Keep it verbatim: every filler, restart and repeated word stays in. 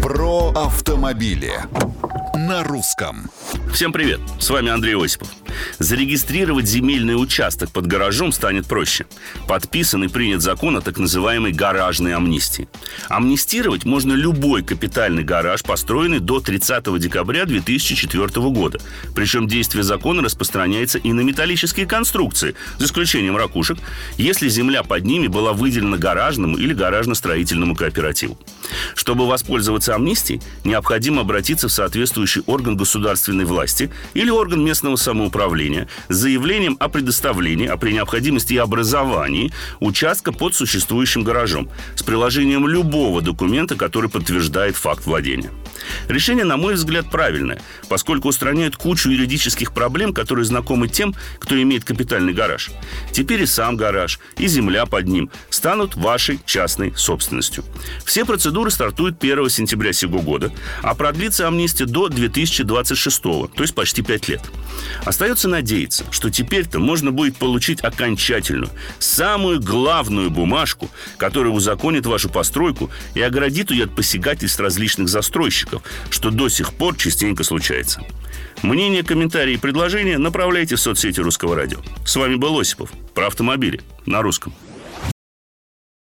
Про автомобили на русском. Всем привет, с вами Андрей Осипов. Зарегистрировать земельный участок под гаражом станет проще. Подписан и принят закон о так называемой гаражной амнистии. Амнистировать можно любой капитальный гараж, построенный до тридцатого декабря две тысячи четвёртого года. Причем действие закона распространяется и на металлические конструкции, за исключением ракушек, если земля под ними была выделена гаражному или гаражно-строительному кооперативу. Чтобы воспользоваться амнистией, необходимо обратиться в соответствующий орган государственной власти или орган местного самоуправления с заявлением о предоставлении, а при необходимости и образовании участка под существующим гаражом с приложением любого документа, который подтверждает факт владения. Решение, на мой взгляд, правильное, поскольку устраняет кучу юридических проблем, которые знакомы тем, кто имеет капитальный гараж. Теперь и сам гараж, и земля под ним станут вашей частной собственностью. Все процедуры стартуют первого сентября сего года, а продлится амнистия до две тысячи двадцать шестого, то есть почти пять лет. Остается надеяться, что теперь-то можно будет получить окончательную, самую главную бумажку, которая узаконит вашу постройку и оградит ее от посягательств различных застройщиков, что до сих пор частенько случается. Мнения, комментарии и предложения направляйте в соцсети Русского радио. С вами был Осипов. Про автомобили на русском.